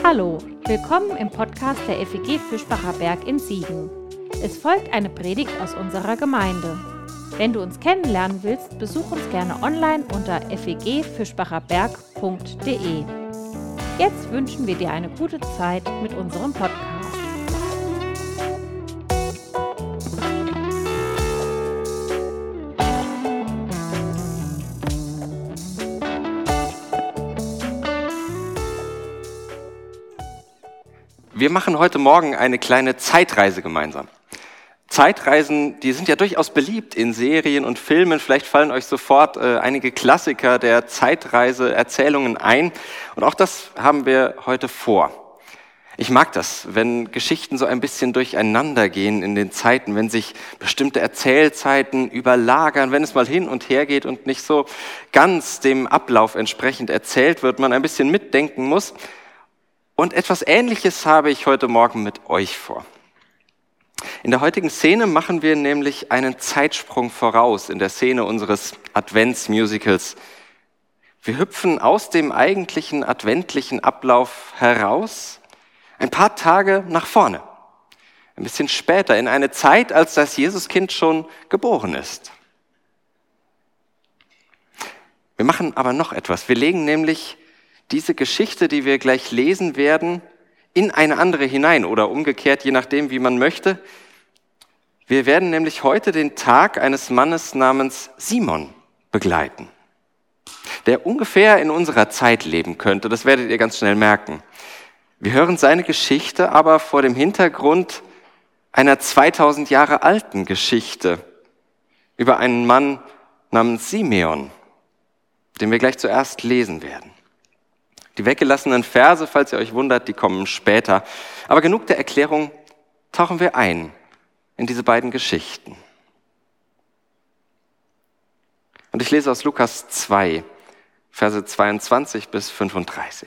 Hallo, willkommen im Podcast der FEG Fischbacher Berg in Siegen. Es folgt eine Predigt aus unserer Gemeinde. Wenn du uns kennenlernen willst, besuch uns gerne online unter fegfischbacherberg.de. Jetzt wünschen wir dir eine gute Zeit mit unserem Podcast. Wir machen heute Morgen eine kleine Zeitreise gemeinsam. Zeitreisen, die sind ja durchaus beliebt in Serien und Filmen. Vielleicht fallen euch sofort einige Klassiker der Zeitreise-Erzählungen ein. Und auch das haben wir heute vor. Ich mag das, wenn Geschichten so ein bisschen durcheinander gehen in den Zeiten, wenn sich bestimmte Erzählzeiten überlagern, wenn es mal hin und her geht und nicht so ganz dem Ablauf entsprechend erzählt wird, man ein bisschen mitdenken muss. Und etwas Ähnliches habe ich heute Morgen mit euch vor. In der heutigen Szene machen wir nämlich einen Zeitsprung voraus in der Szene unseres Adventsmusicals. Wir hüpfen aus dem eigentlichen adventlichen Ablauf heraus, ein paar Tage nach vorne, ein bisschen später, in eine Zeit, als das Jesuskind schon geboren ist. Wir machen aber noch etwas. Wir legen nämlich diese Geschichte, die wir gleich lesen werden, in eine andere hinein oder umgekehrt, je nachdem, wie man möchte. Wir werden nämlich heute den Tag eines Mannes namens Simon begleiten, der ungefähr in unserer Zeit leben könnte. Das werdet ihr ganz schnell merken. Wir hören seine Geschichte aber vor dem Hintergrund einer 2000 Jahre alten Geschichte über einen Mann namens Simeon, den wir gleich zuerst lesen werden. Die weggelassenen Verse, falls ihr euch wundert, die kommen später. Aber genug der Erklärung, tauchen wir ein in diese beiden Geschichten. Und ich lese aus Lukas 2, Verse 22 bis 35.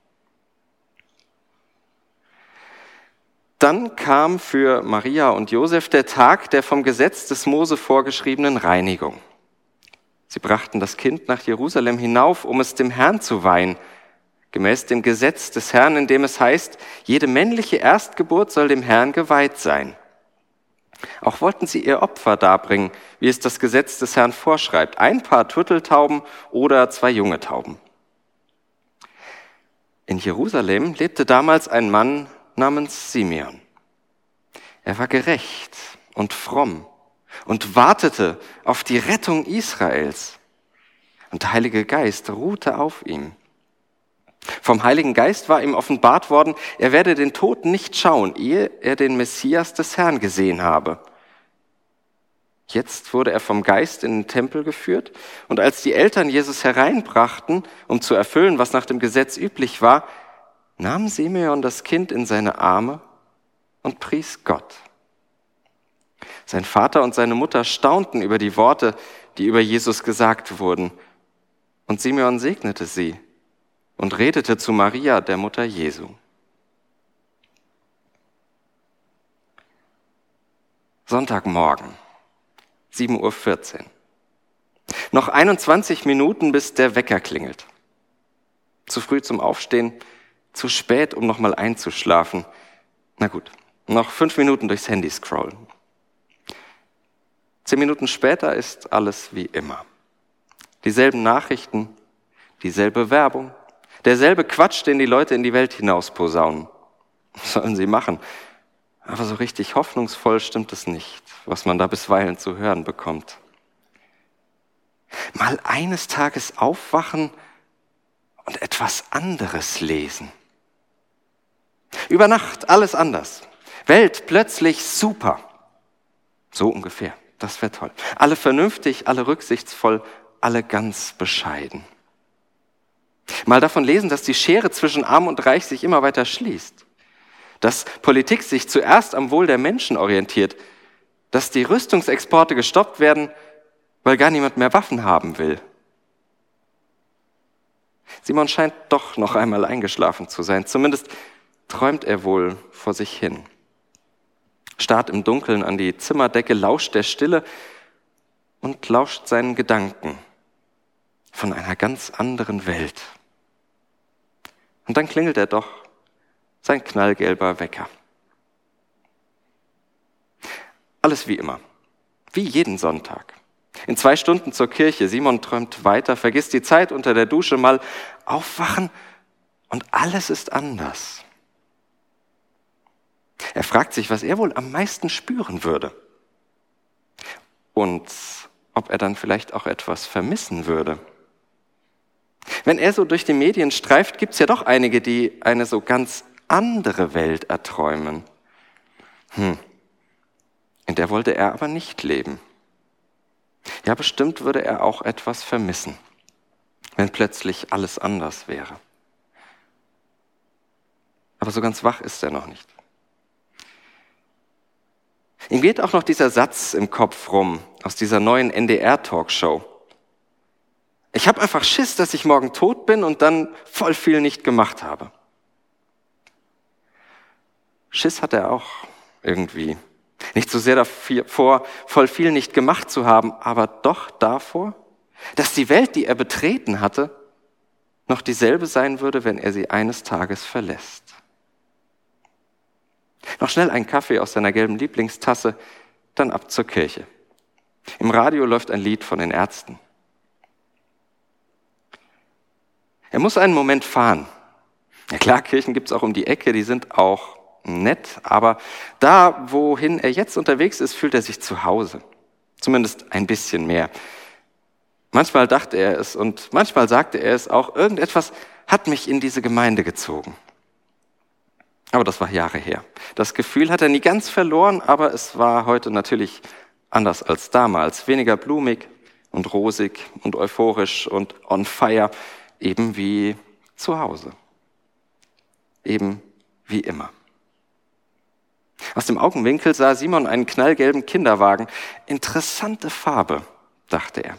Dann kam für Maria und Josef der Tag der vom Gesetz des Mose vorgeschriebenen Reinigung. Sie brachten das Kind nach Jerusalem hinauf, um es dem Herrn zu weihen, gemäß dem Gesetz des Herrn, in dem es heißt, jede männliche Erstgeburt soll dem Herrn geweiht sein. Auch wollten sie ihr Opfer darbringen, wie es das Gesetz des Herrn vorschreibt, ein Paar Turteltauben oder 2 junge Tauben. In Jerusalem lebte damals ein Mann namens Simeon. Er war gerecht und fromm und wartete auf die Rettung Israels. Und der Heilige Geist ruhte auf ihm. Vom Heiligen Geist war ihm offenbart worden, er werde den Tod nicht schauen, ehe er den Messias des Herrn gesehen habe. Jetzt wurde er vom Geist in den Tempel geführt, und als die Eltern Jesus hereinbrachten, um zu erfüllen, was nach dem Gesetz üblich war, nahm Simeon das Kind in seine Arme und pries Gott. Sein Vater und seine Mutter staunten über die Worte, die über Jesus gesagt wurden, und Simeon segnete sie und redete zu Maria, der Mutter Jesu. Sonntagmorgen, 7:14 Uhr. Noch 21 Minuten, bis der Wecker klingelt. Zu früh zum Aufstehen, zu spät, um nochmal einzuschlafen. Na gut, noch 5 Minuten durchs Handy scrollen. 10 Minuten später ist alles wie immer. Dieselben Nachrichten, dieselbe Werbung, derselbe Quatsch, den die Leute in die Welt hinaus posaunen. Was sollen sie machen? Aber so richtig hoffnungsvoll stimmt es nicht, was man da bisweilen zu hören bekommt. Mal eines Tages aufwachen und etwas anderes lesen. Über Nacht alles anders. Welt plötzlich super. So ungefähr. Das wäre toll. Alle vernünftig, alle rücksichtsvoll, alle ganz bescheiden. Mal davon lesen, dass die Schere zwischen Arm und Reich sich immer weiter schließt. Dass Politik sich zuerst am Wohl der Menschen orientiert. Dass die Rüstungsexporte gestoppt werden, weil gar niemand mehr Waffen haben will. Simon scheint doch noch einmal eingeschlafen zu sein. Zumindest träumt er wohl vor sich hin. Starrt im Dunkeln an die Zimmerdecke, lauscht der Stille und lauscht seinen Gedanken von einer ganz anderen Welt. Und dann klingelt er doch sein knallgelber Wecker. Alles wie immer, wie jeden Sonntag. In 2 Stunden zur Kirche, Simon träumt weiter, vergisst die Zeit unter der Dusche, mal aufwachen und alles ist anders. Er fragt sich, was er wohl am meisten spüren würde und ob er dann vielleicht auch etwas vermissen würde. Wenn er so durch die Medien streift, gibt es ja doch einige, die eine so ganz andere Welt erträumen. In der wollte er aber nicht leben. Ja, bestimmt würde er auch etwas vermissen, wenn plötzlich alles anders wäre. Aber so ganz wach ist er noch nicht. Ihm geht auch noch dieser Satz im Kopf rum, aus dieser neuen NDR-Talkshow. Ich habe einfach Schiss, dass ich morgen tot bin und dann voll viel nicht gemacht habe. Schiss hat er auch irgendwie. Nicht so sehr davor, voll viel nicht gemacht zu haben, aber doch davor, dass die Welt, die er betreten hatte, noch dieselbe sein würde, wenn er sie eines Tages verlässt. Noch schnell einen Kaffee aus seiner gelben Lieblingstasse, dann ab zur Kirche. Im Radio läuft ein Lied von den Ärzten. Er muss einen Moment fahren. Ja klar, Kirchen gibt's auch um die Ecke, die sind auch nett, aber da, wohin er jetzt unterwegs ist, fühlt er sich zu Hause. Zumindest ein bisschen mehr. Manchmal dachte er es und manchmal sagte er es auch, irgendetwas hat mich in diese Gemeinde gezogen. Aber das war Jahre her. Das Gefühl hat er nie ganz verloren, aber es war heute natürlich anders als damals. Weniger blumig und rosig und euphorisch und on fire, eben wie zu Hause. Eben wie immer. Aus dem Augenwinkel sah Simon einen knallgelben Kinderwagen. Interessante Farbe, dachte er.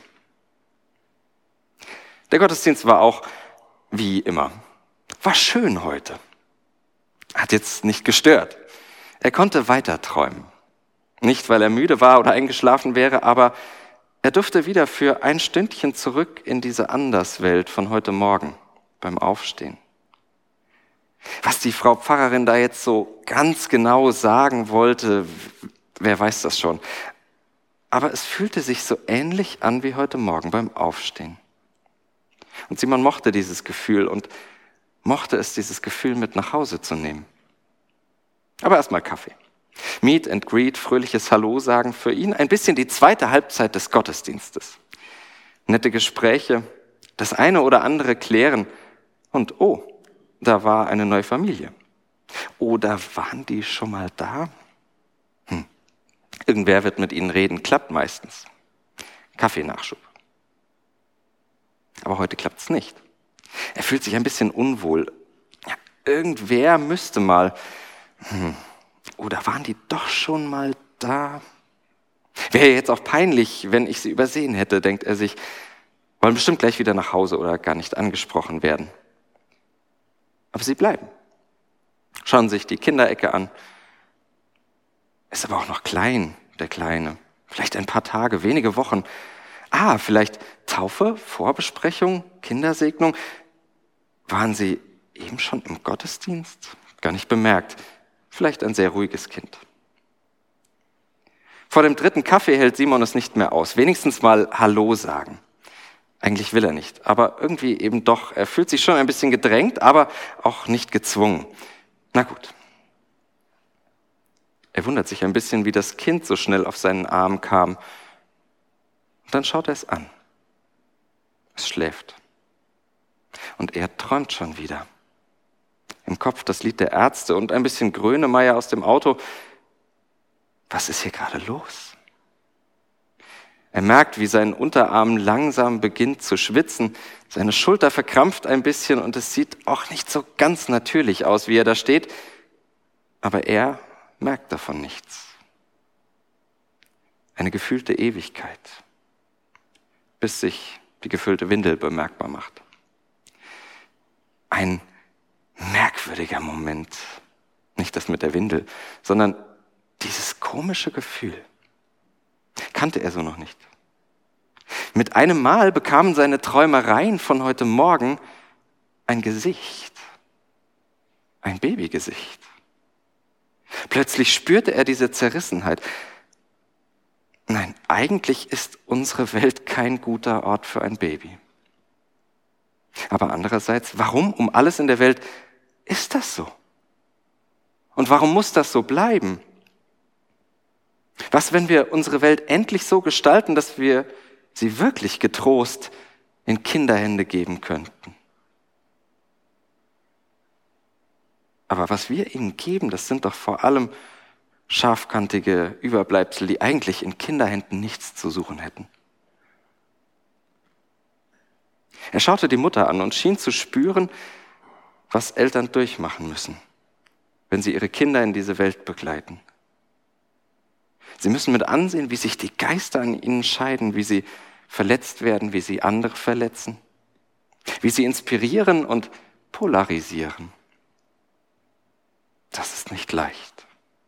Der Gottesdienst war auch wie immer. War schön heute. Hat jetzt nicht gestört. Er konnte weiter träumen. Nicht, weil er müde war oder eingeschlafen wäre, aber er durfte wieder für ein Stündchen zurück in diese Anderswelt von heute Morgen beim Aufstehen. Was die Frau Pfarrerin da jetzt so ganz genau sagen wollte, wer weiß das schon. Aber es fühlte sich so ähnlich an wie heute Morgen beim Aufstehen. Und Simon mochte dieses Gefühl und mochte es, dieses Gefühl mit nach Hause zu nehmen. Aber erstmal Kaffee. Meet and Greet, fröhliches Hallo sagen, für ihn ein bisschen die zweite Halbzeit des Gottesdienstes. Nette Gespräche, das eine oder andere klären und da war eine neue Familie. Oder waren die schon mal da? Irgendwer wird mit ihnen reden, klappt meistens. Kaffeenachschub. Aber heute klappt's nicht. Er fühlt sich ein bisschen unwohl. Ja, irgendwer müsste mal. Oder waren die doch schon mal da? Wäre jetzt auch peinlich, wenn ich sie übersehen hätte, denkt er sich. Wollen bestimmt gleich wieder nach Hause oder gar nicht angesprochen werden. Aber sie bleiben. Schauen sich die Kinderecke an. Ist aber auch noch klein, der Kleine. Vielleicht ein paar Tage, wenige Wochen. Vielleicht Taufe, Vorbesprechung, Kindersegnung. Waren sie eben schon im Gottesdienst? Gar nicht bemerkt. Vielleicht ein sehr ruhiges Kind. Vor dem 3. Kaffee hält Simon es nicht mehr aus. Wenigstens mal Hallo sagen. Eigentlich will er nicht, aber irgendwie eben doch. Er fühlt sich schon ein bisschen gedrängt, aber auch nicht gezwungen. Na gut. Er wundert sich ein bisschen, wie das Kind so schnell auf seinen Arm kam. Und dann schaut er es an. Es schläft. Und er träumt schon wieder. Im Kopf das Lied der Ärzte und ein bisschen Grönemeyer aus dem Auto. Was ist hier gerade los? Er merkt, wie sein Unterarm langsam beginnt zu schwitzen. Seine Schulter verkrampft ein bisschen und es sieht auch nicht so ganz natürlich aus, wie er da steht. Aber er merkt davon nichts. Eine gefühlte Ewigkeit, bis sich die gefüllte Windel bemerkbar macht. Ein merkwürdiger Moment. Nicht das mit der Windel, sondern dieses komische Gefühl. Kannte er so noch nicht. Mit einem Mal bekamen seine Träumereien von heute Morgen ein Gesicht. ein Babygesicht. Plötzlich spürte er diese Zerrissenheit. Nein, eigentlich ist unsere Welt kein guter Ort für ein Baby. Aber andererseits, warum um alles in der Welt ist das so? Und warum muss das so bleiben? Was, wenn wir unsere Welt endlich so gestalten, dass wir sie wirklich getrost in Kinderhände geben könnten? Aber was wir ihnen geben, das sind doch vor allem scharfkantige Überbleibsel, die eigentlich in Kinderhänden nichts zu suchen hätten. Er schaute die Mutter an und schien zu spüren, was Eltern durchmachen müssen, wenn sie ihre Kinder in diese Welt begleiten. Sie müssen mit ansehen, wie sich die Geister an ihnen scheiden, wie sie verletzt werden, wie sie andere verletzen, wie sie inspirieren und polarisieren. Das ist nicht leicht.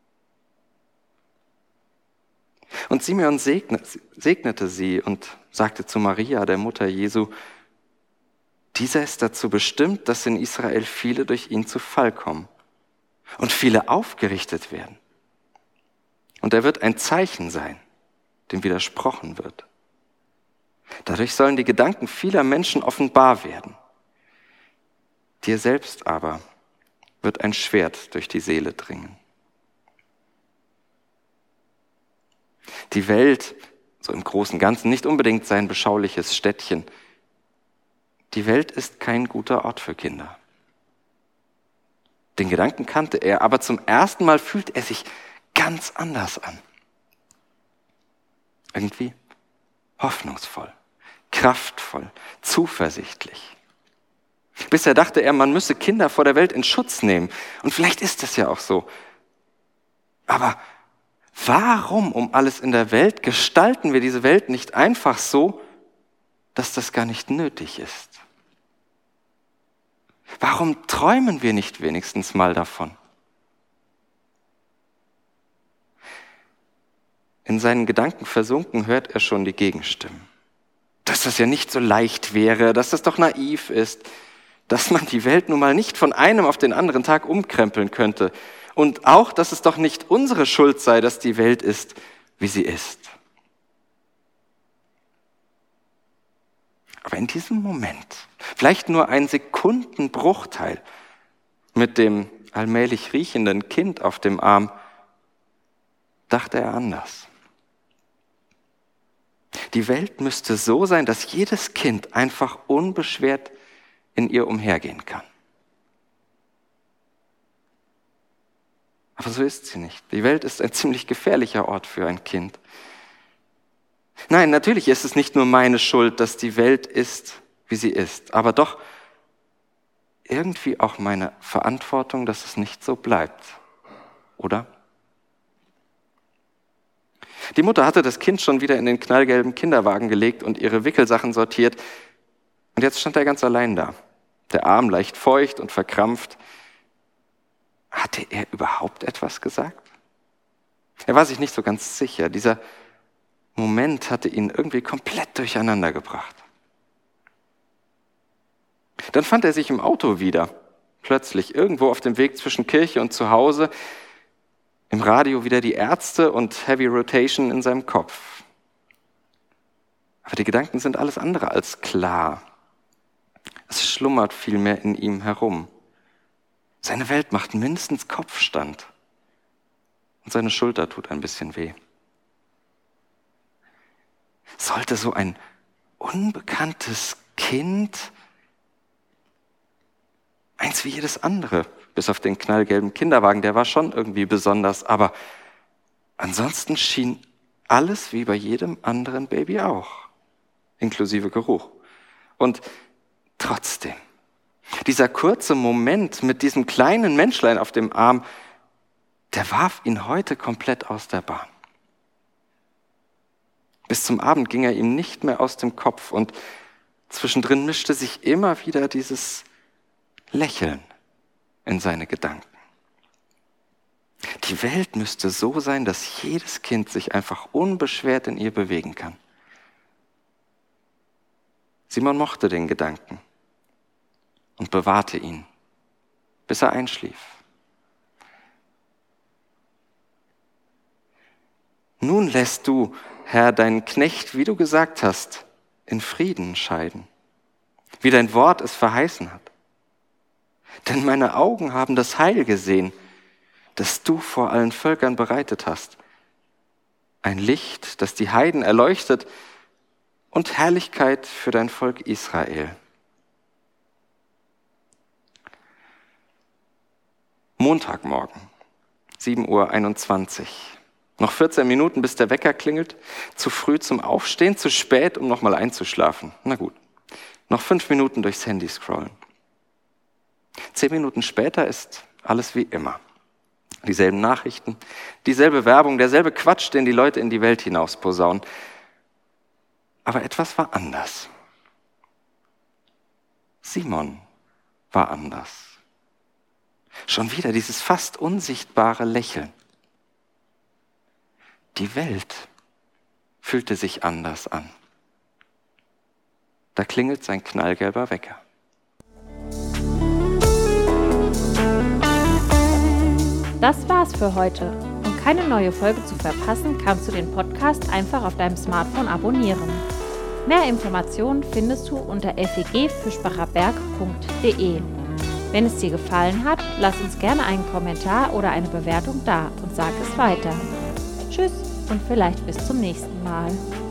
Und Simeon segnete sie und sagte zu Maria, der Mutter Jesu, dieser ist dazu bestimmt, dass in Israel viele durch ihn zu Fall kommen und viele aufgerichtet werden. Und er wird ein Zeichen sein, dem widersprochen wird. Dadurch sollen die Gedanken vieler Menschen offenbar werden. Dir selbst aber wird ein Schwert durch die Seele dringen. Die Welt, so im Großen und Ganzen, nicht unbedingt sein beschauliches Städtchen. Die Welt ist kein guter Ort für Kinder. Den Gedanken kannte er, aber zum ersten Mal fühlt er sich ganz anders an. Irgendwie hoffnungsvoll, kraftvoll, zuversichtlich. Bisher dachte er, man müsse Kinder vor der Welt in Schutz nehmen. Und vielleicht ist es ja auch so. Aber warum um alles in der Welt gestalten wir diese Welt nicht einfach so, dass das gar nicht nötig ist? Warum träumen wir nicht wenigstens mal davon? In seinen Gedanken versunken hört er schon die Gegenstimmen. Dass das ja nicht so leicht wäre, dass das doch naiv ist, dass man die Welt nun mal nicht von einem auf den anderen Tag umkrempeln könnte. Und auch, dass es doch nicht unsere Schuld sei, dass die Welt ist, wie sie ist. Aber in diesem Moment, vielleicht nur ein Sekundenbruchteil mit dem allmählich riechenden Kind auf dem Arm, dachte er anders. Die Welt müsste so sein, dass jedes Kind einfach unbeschwert in ihr umhergehen kann. Aber so ist sie nicht. Die Welt ist ein ziemlich gefährlicher Ort für ein Kind. Nein, natürlich ist es nicht nur meine Schuld, dass die Welt ist, wie sie ist, aber doch irgendwie auch meine Verantwortung, dass es nicht so bleibt, oder? Die Mutter hatte das Kind schon wieder in den knallgelben Kinderwagen gelegt und ihre Wickelsachen sortiert. Und jetzt stand er ganz allein da, der Arm leicht feucht und verkrampft. Hatte er überhaupt etwas gesagt? Er war sich nicht so ganz sicher. Dieser Moment hatte ihn irgendwie komplett durcheinander gebracht. Dann fand er sich im Auto wieder, plötzlich irgendwo auf dem Weg zwischen Kirche und Zuhause, im Radio wieder die Ärzte und Heavy Rotation in seinem Kopf. Aber die Gedanken sind alles andere als klar. Es schlummert vielmehr in ihm herum. Seine Welt macht mindestens Kopfstand. Und seine Schulter tut ein bisschen weh. Sollte so ein unbekanntes Kind, eins wie jedes andere, bis auf den knallgelben Kinderwagen, der war schon irgendwie besonders, aber ansonsten schien alles wie bei jedem anderen Baby auch, inklusive Geruch. Und trotzdem, dieser kurze Moment mit diesem kleinen Menschlein auf dem Arm, der warf ihn heute komplett aus der Bahn. Bis zum Abend ging er ihm nicht mehr aus dem Kopf und zwischendrin mischte sich immer wieder dieses Lächeln in seine Gedanken. Die Welt müsste so sein, dass jedes Kind sich einfach unbeschwert in ihr bewegen kann. Simon mochte den Gedanken und bewahrte ihn bis er einschlief. Nun lässt du, Herr, deinen Knecht, wie du gesagt hast, in Frieden scheiden, wie dein Wort es verheißen hat. Denn meine Augen haben das Heil gesehen, das du vor allen Völkern bereitet hast. Ein Licht, das die Heiden erleuchtet und Herrlichkeit für dein Volk Israel. Montagmorgen, 7:21 Uhr. Noch 14 Minuten, bis der Wecker klingelt. Zu früh zum Aufstehen, zu spät, um nochmal einzuschlafen. Na gut, noch 5 Minuten durchs Handy scrollen. 10 Minuten später ist alles wie immer. Dieselben Nachrichten, dieselbe Werbung, derselbe Quatsch, den die Leute in die Welt hinaus posaunen. Aber etwas war anders. Simon war anders. Schon wieder dieses fast unsichtbare Lächeln. Die Welt fühlte sich anders an. Da klingelt sein knallgelber Wecker. Das war's für heute. Um keine neue Folge zu verpassen, kannst du den Podcast einfach auf deinem Smartphone abonnieren. Mehr Informationen findest du unter fegfischbacherberg.de. Wenn es dir gefallen hat, lass uns gerne einen Kommentar oder eine Bewertung da und sag es weiter. Tschüss und vielleicht bis zum nächsten Mal.